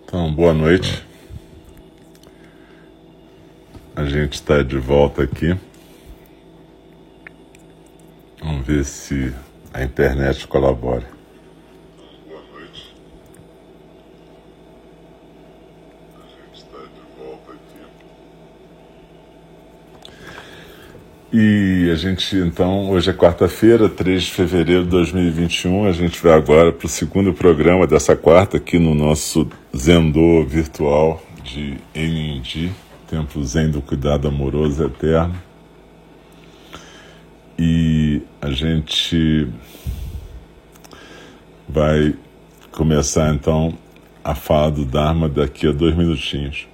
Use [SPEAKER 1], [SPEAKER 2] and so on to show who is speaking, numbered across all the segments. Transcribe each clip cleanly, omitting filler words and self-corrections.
[SPEAKER 1] Então, boa noite. A gente está de volta aqui. Vamos ver se a internet colabora. Boa noite. A gente está de volta aqui. E a gente, então, hoje é quarta-feira, 3 de fevereiro de 2021. A gente vai agora para o segundo programa dessa quarta aqui no nosso Zendô virtual de NND, Templo Zen do Cuidado Amoroso Eterno. E a gente vai começar então a falar do Dharma daqui a 2 minutinhos.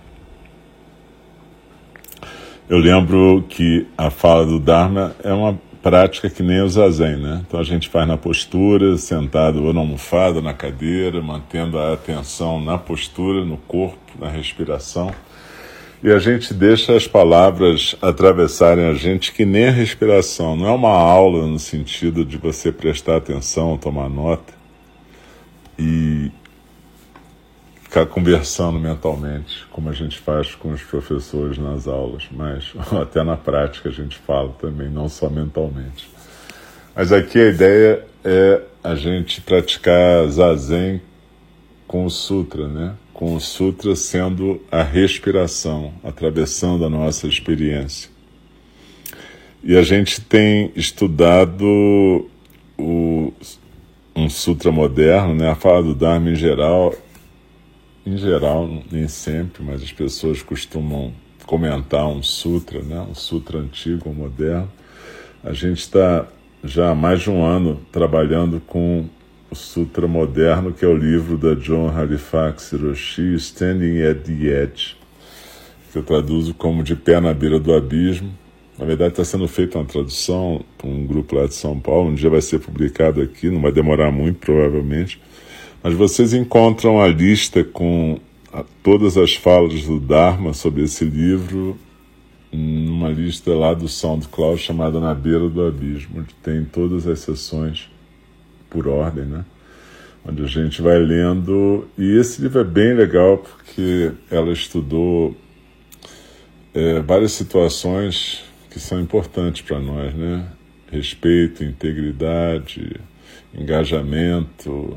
[SPEAKER 1] Eu lembro que a fala do Dharma é uma prática que nem o Zazen, né? Então a gente faz na postura, sentado ou na almofada, na cadeira, mantendo a atenção na postura, no corpo, na respiração. E a gente deixa as palavras atravessarem a gente que nem a respiração. Não é uma aula no sentido de você prestar atenção, tomar nota e ficar conversando mentalmente, como a gente faz com os professores nas aulas, mas até na prática a gente fala também, não só mentalmente. Mas aqui a ideia é a gente praticar Zazen com o Sutra, né? Com o Sutra sendo a respiração, atravessando a nossa experiência. E a gente tem estudado um Sutra moderno, né? A fala do Dharma em geral, nem sempre, mas as pessoas costumam comentar um sutra, né? Um sutra antigo ou moderno. A gente está já há mais de um ano trabalhando com o sutra moderno, que é o livro da John Halifax Hiroshi, Standing at the Edge, que eu traduzo como De Pé na Beira do Abismo. Na verdade está sendo feita uma tradução por um grupo lá de São Paulo, um dia vai ser publicado aqui, não vai demorar muito provavelmente. Mas vocês encontram a lista com todas as falas do Dharma sobre esse livro numa lista lá do SoundCloud chamada Na Beira do Abismo, onde tem todas as sessões por ordem, né? Onde a gente vai lendo. E esse livro é bem legal porque ela estudou várias situações que são importantes para nós, né? Respeito, integridade, engajamento,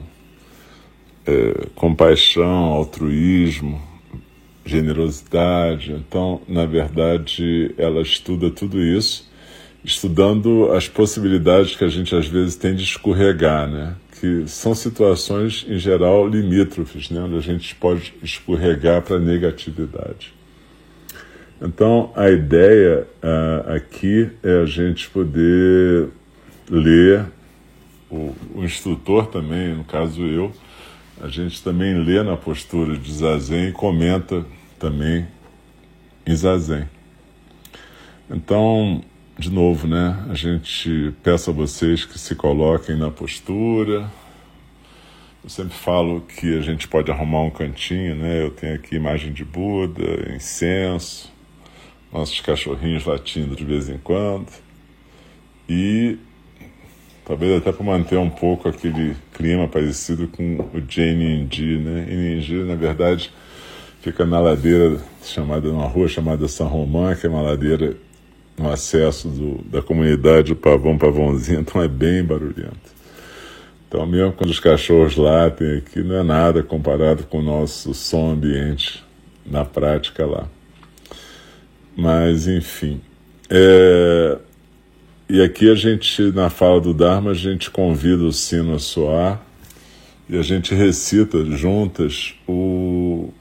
[SPEAKER 1] compaixão, altruísmo, generosidade. Então, na verdade, ela estuda tudo isso, estudando as possibilidades que a gente às vezes tem de escorregar, né? Que são situações, em geral, limítrofes, né? Onde a gente pode escorregar para a negatividade. Então, a ideia aqui é a gente poder ler, o instrutor também, no caso eu, a gente também lê na postura de Zazen e comenta também em Zazen. Então, de novo, né, a gente peço a vocês que se coloquem na postura. Eu sempre falo que a gente pode arrumar um cantinho, né? Eu tenho aqui imagem de Buda, incenso, nossos cachorrinhos latindo de vez em quando. E talvez até para manter um pouco aquele clima parecido com o JNND, né? NND, na verdade, fica na ladeira numa rua chamada São Romão, que é uma ladeira no acesso da comunidade, o Pavãozinho, então é bem barulhento. Então, mesmo quando os cachorros latem aqui, não é nada comparado com o nosso som ambiente na prática lá. Mas, enfim. E aqui a gente, na fala do Dharma, a gente convida o sino a soar e a gente recita juntas o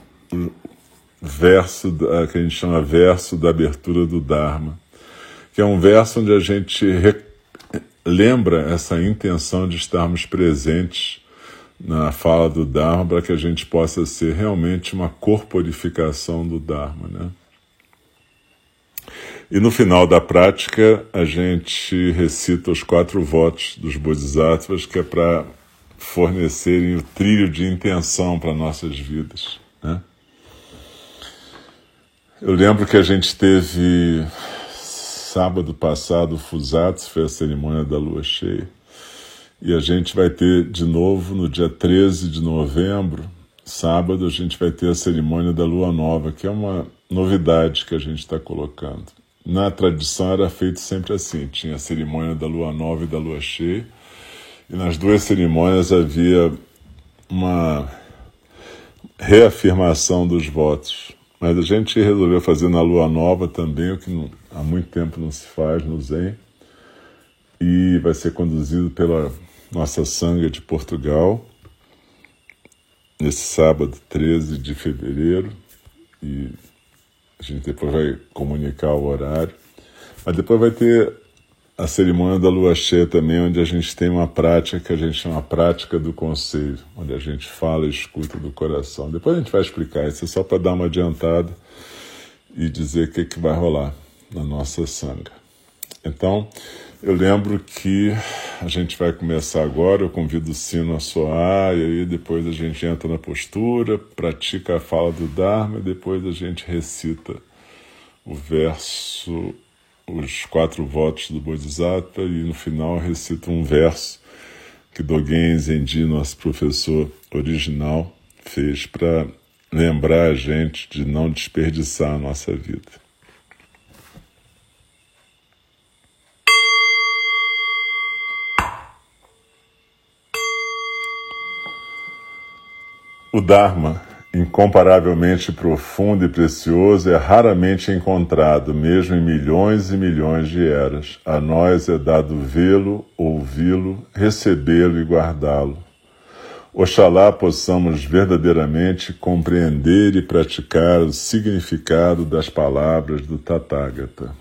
[SPEAKER 1] verso que a gente chama verso da abertura do Dharma, que é um verso onde a gente lembra essa intenção de estarmos presentes na fala do Dharma para que a gente possa ser realmente uma corporificação do Dharma, né? E no final da prática, a gente recita os 4 votos dos Bodhisattvas, que é para fornecerem o trilho de intenção para nossas vidas, né? Eu lembro que a gente teve, sábado passado, o Fusatsu, foi a cerimônia da lua cheia, e a gente vai ter de novo, no dia 13 de novembro, sábado, a gente vai ter a cerimônia da Lua Nova, que é uma novidade que a gente está colocando. Na tradição era feito sempre assim, tinha a cerimônia da Lua Nova e da Lua Cheia, e nas duas cerimônias havia uma reafirmação dos votos. Mas a gente resolveu fazer na Lua Nova também, o que há muito tempo não se faz no Zen, e vai ser conduzido pela nossa Sangha de Portugal, nesse sábado 13 de fevereiro, e a gente depois vai comunicar o horário. Mas depois vai ter a cerimônia da Lua Cheia também, onde a gente tem uma prática que a gente chama prática do conselho, onde a gente fala e escuta do coração. Depois a gente vai explicar isso, é só para dar uma adiantada e dizer o que vai rolar na nossa Sangha. Então, eu lembro que a gente vai começar agora, eu convido o sino a soar, e aí depois a gente entra na postura, pratica a fala do Dharma, e depois a gente recita o verso, os 4 votos do Bodhisattva, e no final recita um verso que Dogen Zenji, nosso professor original, fez para lembrar a gente de não desperdiçar a nossa vida. O Dharma, incomparavelmente profundo e precioso, é raramente encontrado, mesmo em milhões e milhões de eras. A nós é dado vê-lo, ouvi-lo, recebê-lo e guardá-lo. Oxalá possamos verdadeiramente compreender e praticar o significado das palavras do Tathagata.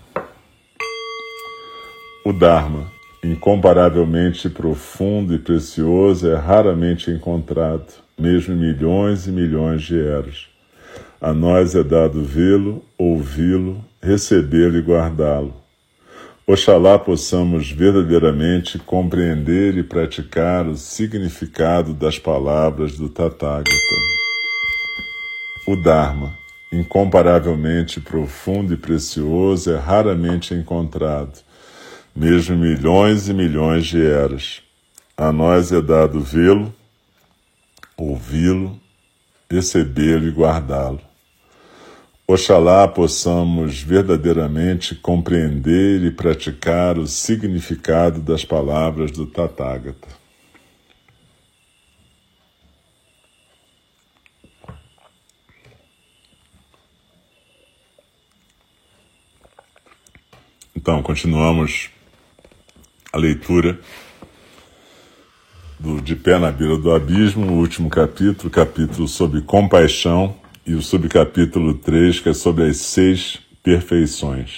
[SPEAKER 1] O Dharma, incomparavelmente profundo e precioso, é raramente encontrado, mesmo em milhões e milhões de eras. A nós é dado vê-lo, ouvi-lo, recebê-lo e guardá-lo. Oxalá possamos verdadeiramente compreender e praticar o significado das palavras do Tathagata. O Dharma, incomparavelmente profundo e precioso, é raramente encontrado, mesmo em milhões e milhões de eras. A nós é dado vê-lo, ouvi-lo, recebê-lo e guardá-lo. Oxalá possamos verdadeiramente compreender e praticar o significado das palavras do Tathagata. Então, continuamos a leitura De Pé na Beira do Abismo, o último capítulo sobre compaixão, e o subcapítulo 3, que é sobre as 6 perfeições.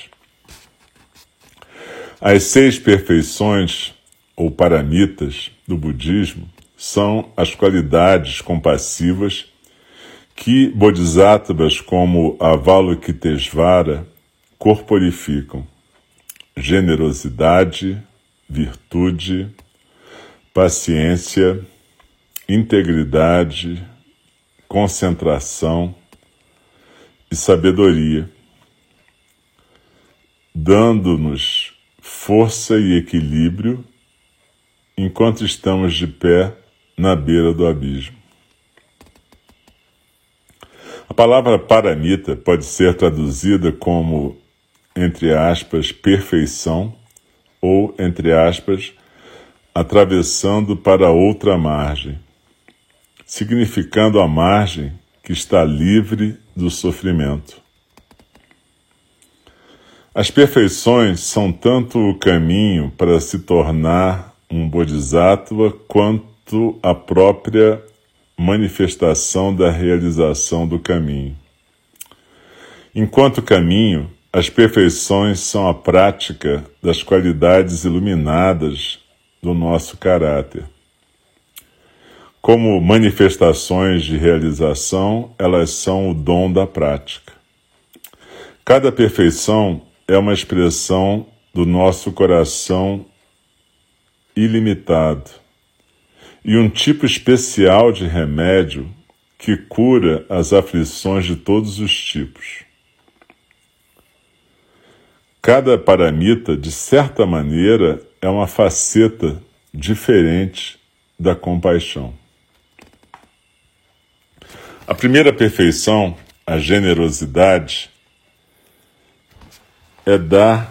[SPEAKER 1] As 6 perfeições, ou paramitas, do budismo, são as qualidades compassivas que bodhisattvas como Avalokitesvara corporificam: generosidade, virtude, paciência, integridade, concentração e sabedoria, dando-nos força e equilíbrio enquanto estamos de pé na beira do abismo. A palavra paramita pode ser traduzida como, entre aspas, perfeição, ou, entre aspas, atravessando para outra margem, significando a margem que está livre do sofrimento. As perfeições são tanto o caminho para se tornar um bodhisattva quanto a própria manifestação da realização do caminho. Enquanto caminho, as perfeições são a prática das qualidades iluminadas do nosso caráter. Como manifestações de realização, elas são o dom da prática. Cada perfeição é uma expressão do nosso coração ilimitado e um tipo especial de remédio que cura as aflições de todos os tipos. Cada paramita, de certa maneira, é uma faceta diferente da compaixão. A primeira perfeição, a generosidade, é dar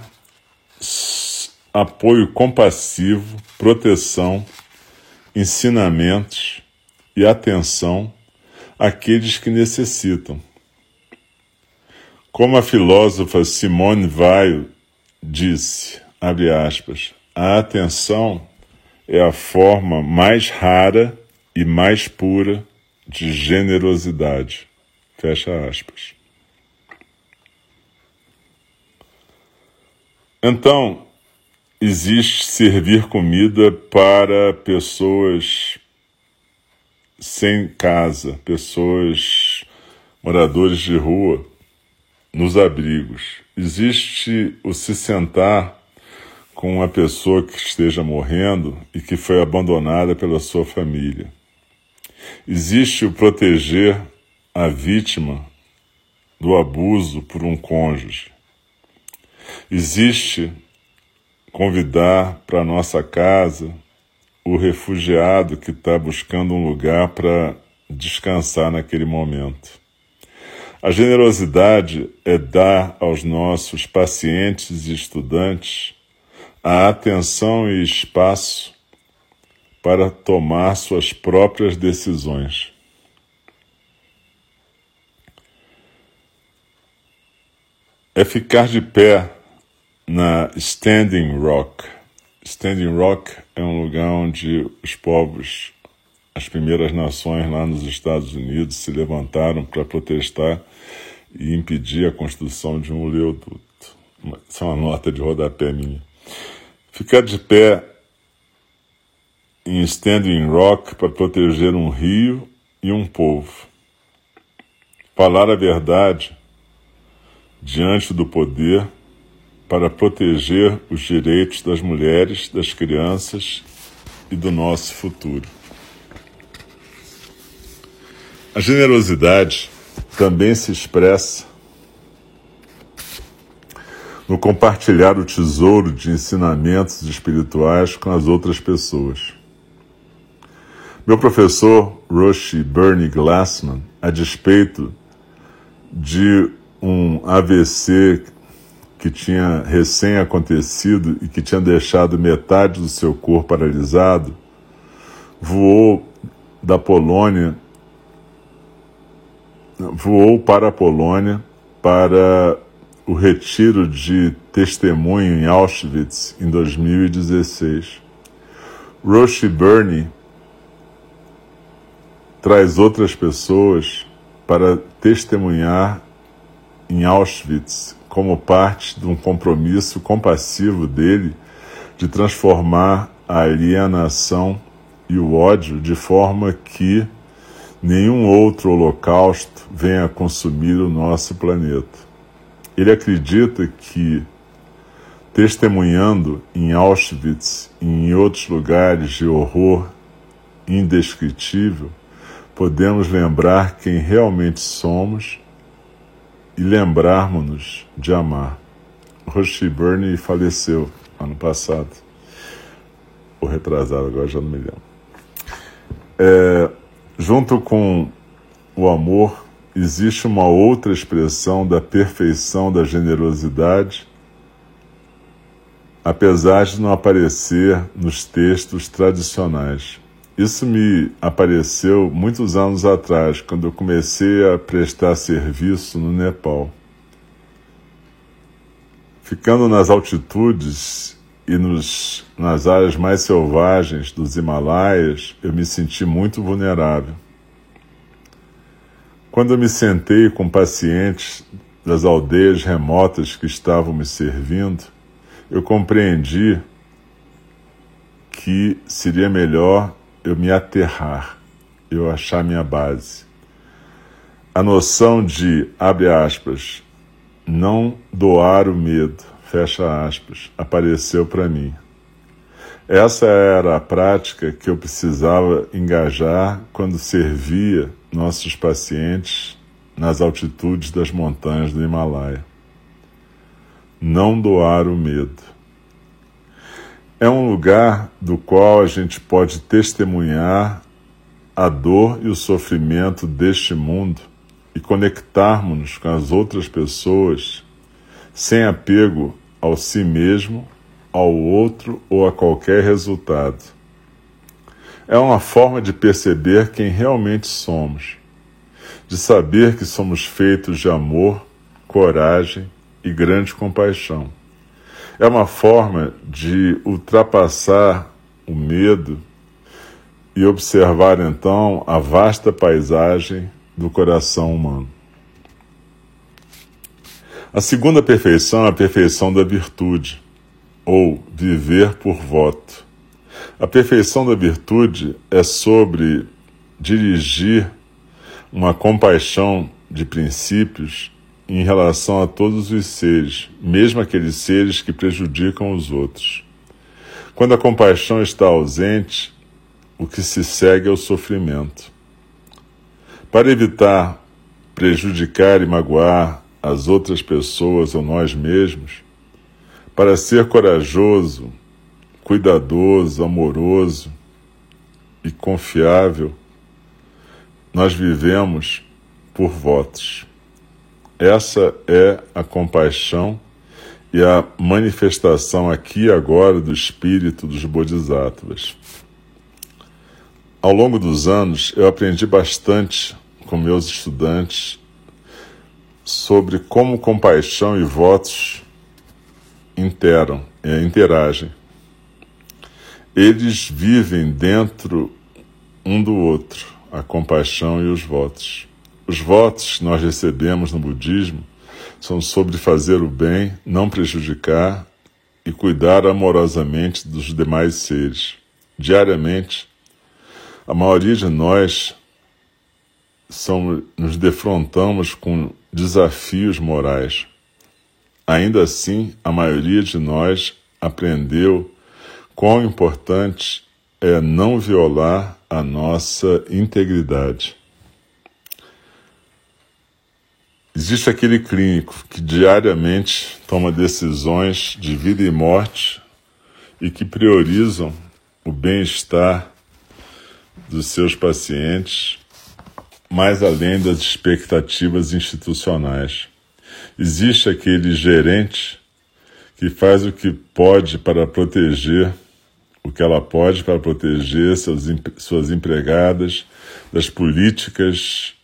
[SPEAKER 1] apoio compassivo, proteção, ensinamentos e atenção àqueles que necessitam. Como a filósofa Simone Weil disse, abre aspas, a atenção é a forma mais rara e mais pura de generosidade. Fecha aspas. Então, existe servir comida para pessoas sem casa, pessoas moradores de rua, nos abrigos. Existe o se sentar com uma pessoa que esteja morrendo e que foi abandonada pela sua família. Existe o proteger a vítima do abuso por um cônjuge. Existe convidar para a nossa casa o refugiado que está buscando um lugar para descansar naquele momento. A generosidade é dar aos nossos pacientes e estudantes a atenção e espaço para tomar suas próprias decisões. É ficar de pé na Standing Rock. Standing Rock é um lugar onde os povos, as primeiras nações lá nos Estados Unidos se levantaram para protestar e impedir a construção de um oleoduto. Isso é uma nota de rodapé minha. Ficar de pé em Standing Rock para proteger um rio e um povo. Falar a verdade diante do poder para proteger os direitos das mulheres, das crianças e do nosso futuro. A generosidade também se expressa no compartilhar o tesouro de ensinamentos espirituais com as outras pessoas. Meu professor Roshi Bernie Glassman, a despeito de um AVC que tinha recém acontecido e que tinha deixado metade do seu corpo paralisado, voou para a Polônia para o retiro de testemunho em Auschwitz em 2016. Roshi Bernie traz outras pessoas para testemunhar em Auschwitz como parte de um compromisso compassivo dele de transformar a alienação e o ódio de forma que nenhum outro holocausto venha a consumir o nosso planeta. Ele acredita que, testemunhando em Auschwitz e em outros lugares de horror indescritível, podemos lembrar quem realmente somos e lembrarmos-nos de amar. Roshi Bernie faleceu ano passado, ou retrasado, agora já não me lembro. Junto com o amor, existe uma outra expressão da perfeição da generosidade, apesar de não aparecer nos textos tradicionais. Isso me apareceu muitos anos atrás, quando eu comecei a prestar serviço no Nepal. Ficando nas altitudes e nas áreas mais selvagens dos Himalaias, eu me senti muito vulnerável. Quando eu me sentei com pacientes das aldeias remotas que estavam me servindo, eu compreendi que seria melhor eu me aterrar, eu achar minha base. A noção de, abre aspas, não doar o medo, fecha aspas, apareceu para mim. Essa era a prática que eu precisava engajar quando servia nossos pacientes nas altitudes das montanhas do Himalaia. Não doar o medo. É um lugar do qual a gente pode testemunhar a dor e o sofrimento deste mundo e conectarmos-nos com as outras pessoas sem apego ao si mesmo, ao outro ou a qualquer resultado. É uma forma de perceber quem realmente somos, de saber que somos feitos de amor, coragem e grande compaixão. É uma forma de ultrapassar o medo e observar então a vasta paisagem do coração humano. A segunda perfeição é a perfeição da virtude, ou viver por voto. A perfeição da virtude é sobre dirigir uma compaixão de princípios em relação a todos os seres, mesmo aqueles seres que prejudicam os outros. Quando a compaixão está ausente, o que se segue é o sofrimento. Para evitar prejudicar e magoar as outras pessoas ou nós mesmos, para ser corajoso, cuidadoso, amoroso e confiável, nós vivemos por votos. Essa é a compaixão e a manifestação aqui e agora do espírito dos Bodhisattvas. Ao longo dos anos, eu aprendi bastante com meus estudantes sobre como compaixão e votos interagem. Eles vivem dentro um do outro, a compaixão e os votos. Os votos que nós recebemos no budismo são sobre fazer o bem, não prejudicar e cuidar amorosamente dos demais seres. Diariamente, a maioria de nós nos defrontamos com desafios morais. Ainda assim, a maioria de nós aprendeu quão importante é não violar a nossa integridade. Existe aquele clínico que diariamente toma decisões de vida e morte e que priorizam o bem-estar dos seus pacientes, mais além das expectativas institucionais. Existe aquele gerente que faz o que pode para proteger, o que ela pode para proteger suas empregadas das políticas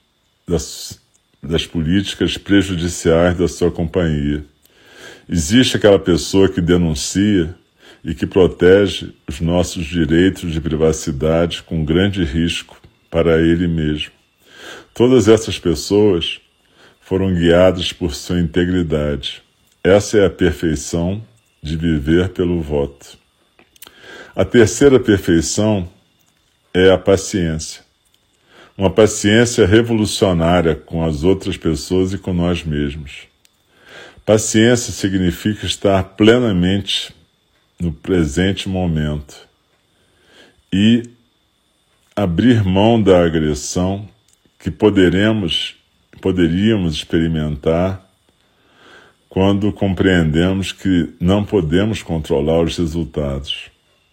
[SPEAKER 1] prejudiciais da sua companhia. Existe aquela pessoa que denuncia e que protege os nossos direitos de privacidade com grande risco para ele mesmo. Todas essas pessoas foram guiadas por sua integridade. Essa é a perfeição de viver pelo voto. A terceira perfeição é a paciência. Uma paciência revolucionária com as outras pessoas e com nós mesmos. Paciência significa estar plenamente no presente momento e abrir mão da agressão que poderíamos experimentar quando compreendemos que não podemos controlar os resultados.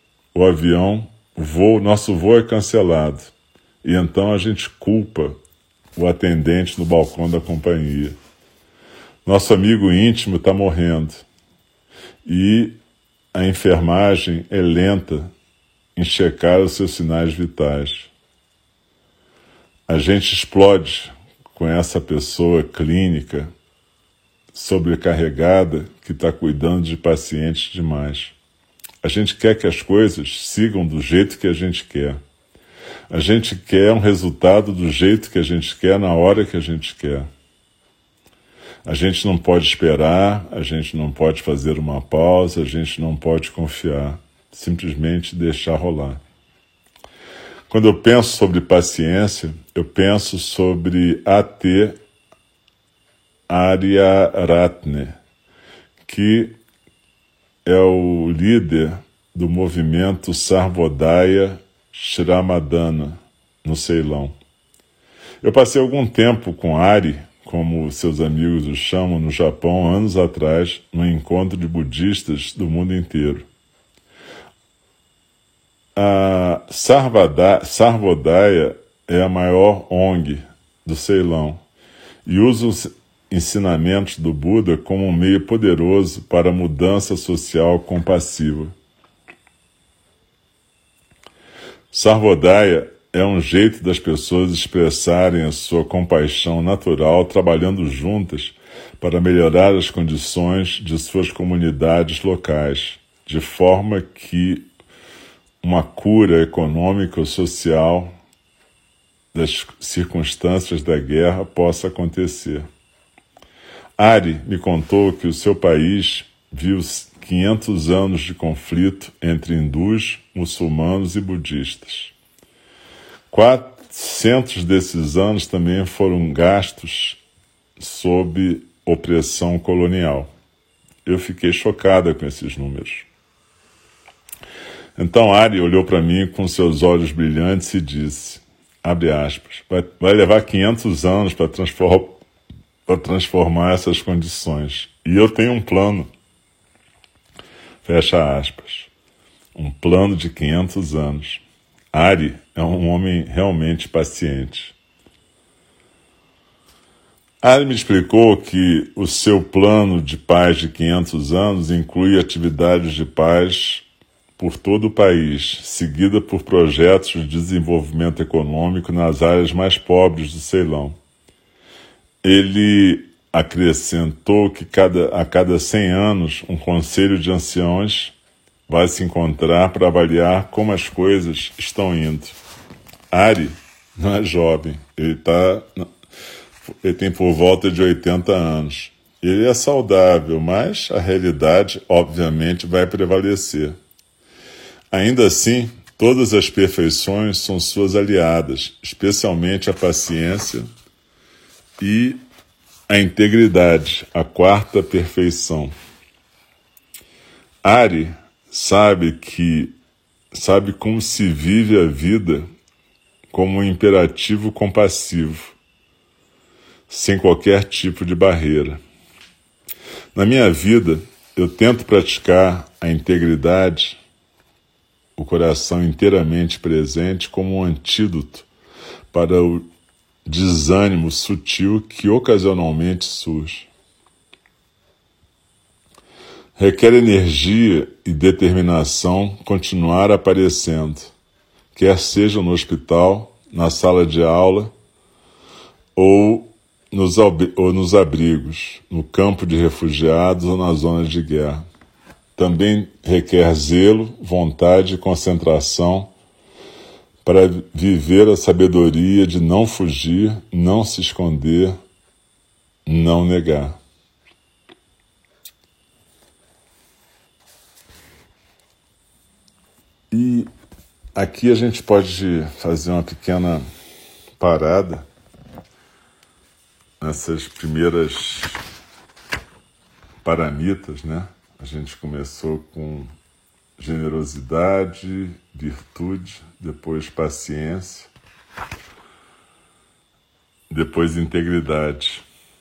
[SPEAKER 1] Nosso voo é cancelado, e então a gente culpa o atendente no balcão da companhia. Nosso amigo íntimo está morrendo, e a enfermagem é lenta em checar os seus sinais vitais. A gente explode com essa pessoa clínica sobrecarregada que está cuidando de pacientes demais. A gente quer que as coisas sigam do jeito que a gente quer. A gente quer um resultado do jeito que a gente quer, na hora que a gente quer. A gente não pode esperar, a gente não pode fazer uma pausa, a gente não pode confiar, simplesmente deixar rolar. Quando eu penso sobre paciência, eu penso sobre A.T. Aryaratne, que é o líder do movimento Sarvodaya Shramadana, no Ceilão. Eu passei algum tempo com Ari, como seus amigos o chamam, no Japão, anos atrás, num encontro de budistas do mundo inteiro. A Sarvodaya é a maior ONG do Ceilão e usa os ensinamentos do Buda como um meio poderoso para a mudança social compassiva. Sarvodaya é um jeito das pessoas expressarem a sua compaixão natural trabalhando juntas para melhorar as condições de suas comunidades locais, de forma que uma cura econômica ou social das circunstâncias da guerra possa acontecer. Ari me contou que o seu país viu 500 anos de conflito entre hindus, muçulmanos e budistas. 400 desses anos também foram gastos sob opressão colonial. Eu fiquei chocada com esses números. Então Ari olhou para mim com seus olhos brilhantes e disse, abre aspas, vai levar 500 anos para transformar essas condições. E eu tenho um plano. Fecha aspas. Um plano de 500 anos. Ari é um homem realmente paciente. Ari me explicou que o seu plano de paz de 500 anos inclui atividades de paz por todo o país, seguida por projetos de desenvolvimento econômico nas áreas mais pobres do Ceilão. Ele acrescentou que a cada 100 anos um conselho de anciões vai se encontrar para avaliar como as coisas estão indo. Ari não é jovem, ele tem por volta de 80 anos. Ele é saudável, mas a realidade, obviamente, vai prevalecer. Ainda assim, todas as perfeições são suas aliadas, especialmente a paciência e a integridade, a quarta perfeição. Ari sabe como se vive a vida como um imperativo compassivo, sem qualquer tipo de barreira. Na minha vida, eu tento praticar a integridade, o coração inteiramente presente, como um antídoto para o desânimo sutil que ocasionalmente surge. Requer energia e determinação continuar aparecendo, quer seja no hospital, na sala de aula ou nos abrigos, no campo de refugiados ou nas zonas de guerra. Também requer zelo, vontade e concentração para viver a sabedoria de não fugir, não se esconder, não negar. E aqui a gente pode fazer uma pequena parada nessas primeiras paramitas, né? A gente começou com generosidade, virtude, depois paciência, depois integridade.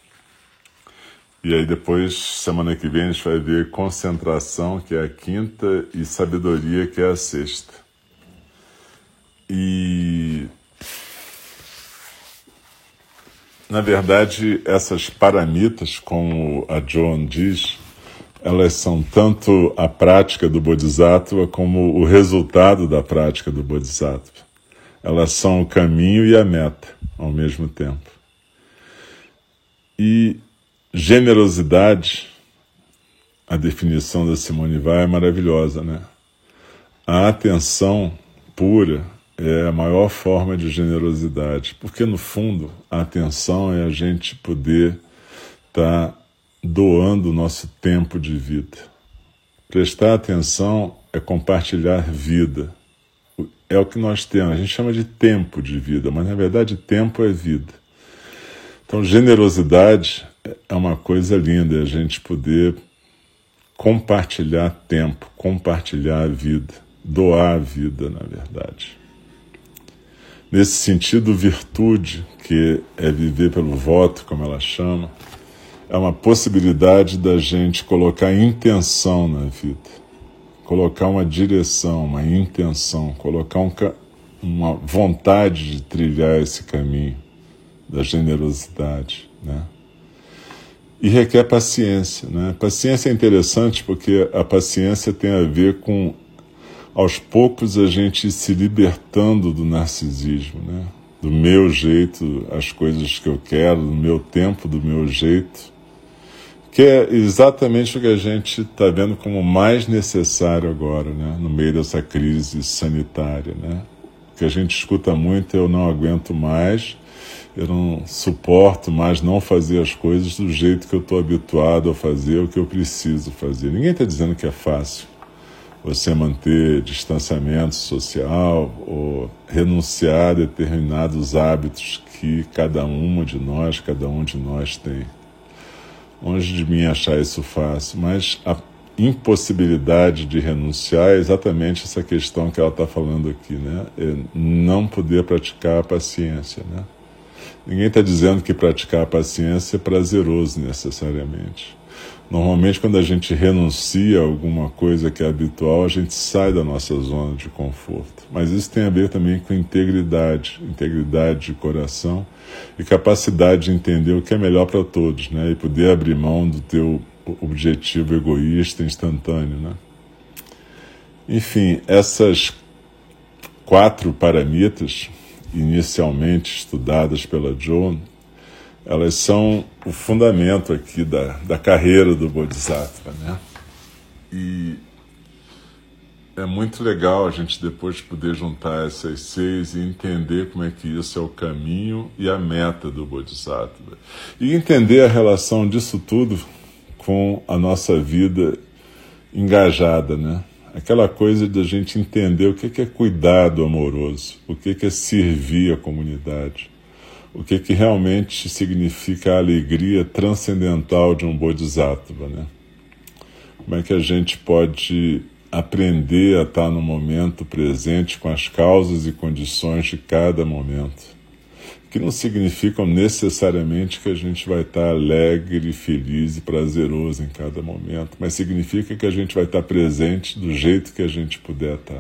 [SPEAKER 1] E aí depois, semana que vem, a gente vai ver concentração, que é a quinta, e sabedoria, que é a sexta. E, na verdade, essas paramitas, como a Joan diz, elas são tanto a prática do Bodhisattva como o resultado da prática do Bodhisattva. Elas são o caminho e a meta ao mesmo tempo. E generosidade, a definição da Simone Weil é maravilhosa, né? A atenção pura é a maior forma de generosidade, porque no fundo a atenção é a gente poder estar doando o nosso tempo de vida. Prestar atenção é compartilhar vida. É o que nós temos. A gente chama de tempo de vida, mas na verdade tempo é vida. Então generosidade é uma coisa linda, é a gente poder compartilhar tempo, compartilhar a vida, doar a vida, na verdade. Nesse sentido, virtude, que é viver pelo voto, como ela chama, é uma possibilidade da gente colocar intenção na vida, colocar uma direção, uma intenção, colocar uma vontade de trilhar esse caminho da generosidade, né? E requer paciência, né? Paciência é interessante porque a paciência tem a ver com, aos poucos, a gente se libertando do narcisismo, né? Do meu jeito, as coisas que eu quero, do meu tempo, do meu jeito, que é exatamente o que a gente está vendo como mais necessário agora, né? No meio dessa crise sanitária, né? O que a gente escuta muito é: eu não aguento mais, eu não suporto mais não fazer as coisas do jeito que eu estou habituado a fazer, o que eu preciso fazer. Ninguém está dizendo que é fácil você manter distanciamento social ou renunciar a determinados hábitos que cada um de nós tem. Longe de mim achar isso fácil, mas a impossibilidade de renunciar é exatamente essa questão que ela está falando aqui, né? É não poder praticar a paciência, né? Ninguém está dizendo que praticar a paciência é prazeroso necessariamente. Normalmente, quando a gente renuncia a alguma coisa que é habitual, a gente sai da nossa zona de conforto. Mas isso tem a ver também com integridade de coração e capacidade de entender o que é melhor para todos, né? E poder abrir mão do teu objetivo egoísta instantâneo, né? Enfim, essas 4 paramitas, inicialmente estudadas pela Joan, elas são o fundamento aqui da carreira do Bodhisattva, né? E é muito legal a gente depois poder juntar essas 6 e entender como é que isso é o caminho e a meta do Bodhisattva. E entender a relação disso tudo com a nossa vida engajada, né? Aquela coisa da gente entender o que é cuidado amoroso, o que é servir a comunidade, o que realmente significa a alegria transcendental de um Bodhisattva, né? Como é que a gente pode aprender a estar no momento presente com as causas e condições de cada momento, que não significam necessariamente que a gente vai estar alegre, feliz e prazeroso em cada momento, mas significa que a gente vai estar presente do jeito que a gente puder estar.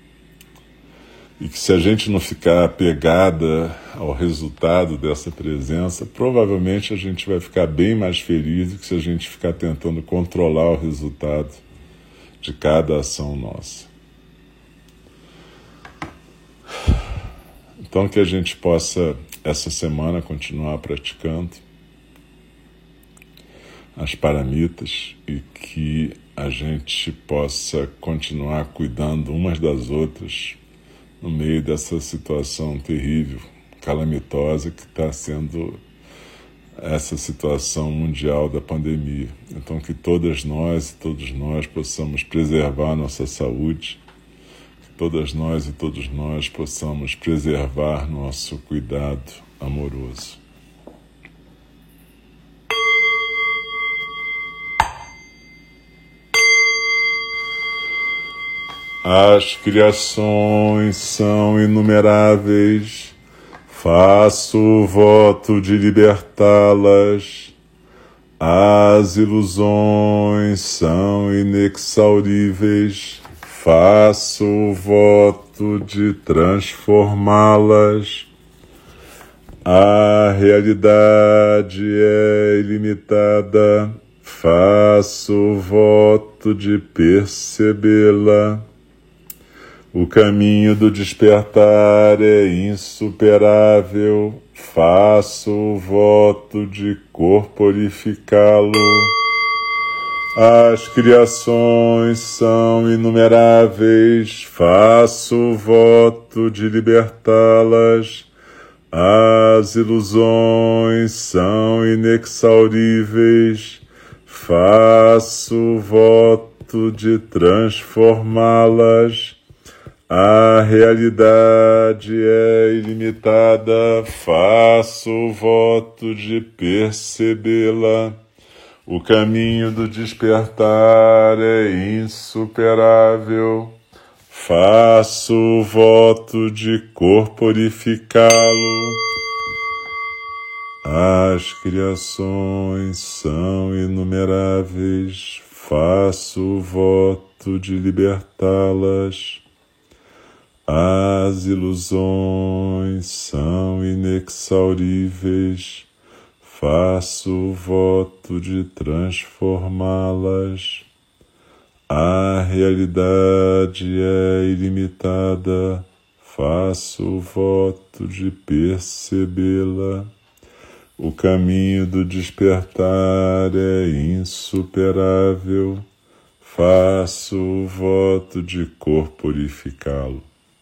[SPEAKER 1] E que se a gente não ficar apegada ao resultado dessa presença, provavelmente a gente vai ficar bem mais feliz do que se a gente ficar tentando controlar o resultado de cada ação nossa. Então que a gente possa, essa semana, continuar praticando as paramitas e que a gente possa continuar cuidando umas das outras no meio dessa situação terrível, calamitosa que está sendo essa situação mundial da pandemia. Então que todas nós e todos nós possamos preservar nossa saúde, que todas nós e todos nós possamos preservar nosso cuidado amoroso. As criações são inumeráveis, faço o voto de libertá-las. As ilusões são inexauríveis, faço o voto de transformá-las. A realidade é ilimitada, faço o voto de percebê-la. O caminho do despertar é insuperável, faço o voto de corporificá-lo. As criações são inumeráveis, faço o voto de libertá-las. As ilusões são inexauríveis, faço o voto de transformá-las. A realidade é ilimitada, faço o voto de percebê-la. O caminho do despertar é insuperável, faço o voto de corporificá-lo. As criações são inumeráveis, faço o voto de libertá-las. As ilusões são inexauríveis, faço o voto de transformá-las. A realidade é ilimitada, faço o voto de percebê-la. O caminho do despertar é insuperável, faço o voto de corporificá-lo.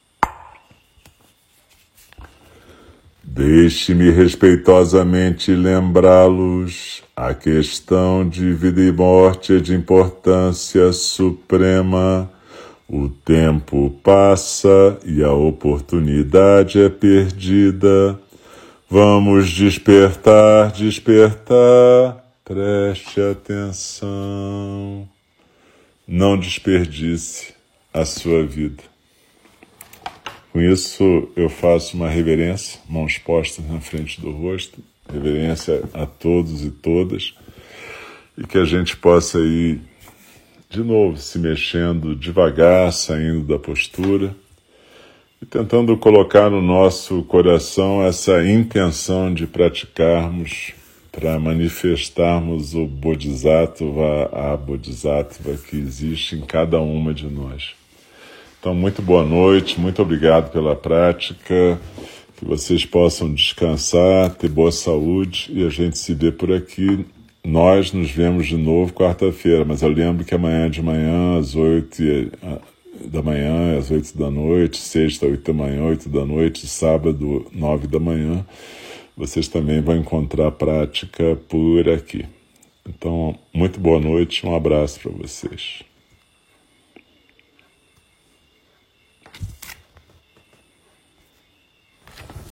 [SPEAKER 1] Deixe-me respeitosamente lembrá-los, a questão de vida e morte é de importância suprema. O tempo passa e a oportunidade é perdida. Vamos despertar, despertar, preste atenção. Não desperdice a sua vida. Com isso, eu faço uma reverência, mãos postas na frente do rosto, reverência a todos e todas, e que a gente possa ir, de novo, se mexendo devagar, saindo da postura, e tentando colocar no nosso coração essa intenção de praticarmos, para manifestarmos o Bodhisattva, a Bodhisattva que existe em cada uma de nós. Então, muito boa noite, muito obrigado pela prática, que vocês possam descansar, ter boa saúde e a gente se vê por aqui. Nós nos vemos de novo quarta-feira, mas eu lembro que amanhã de manhã, às 8 da manhã, às 8 da noite, sexta, 8 da manhã, 8 da noite, sábado, 9 da manhã, vocês também vão encontrar prática por aqui. Então, muito boa noite, um abraço para vocês.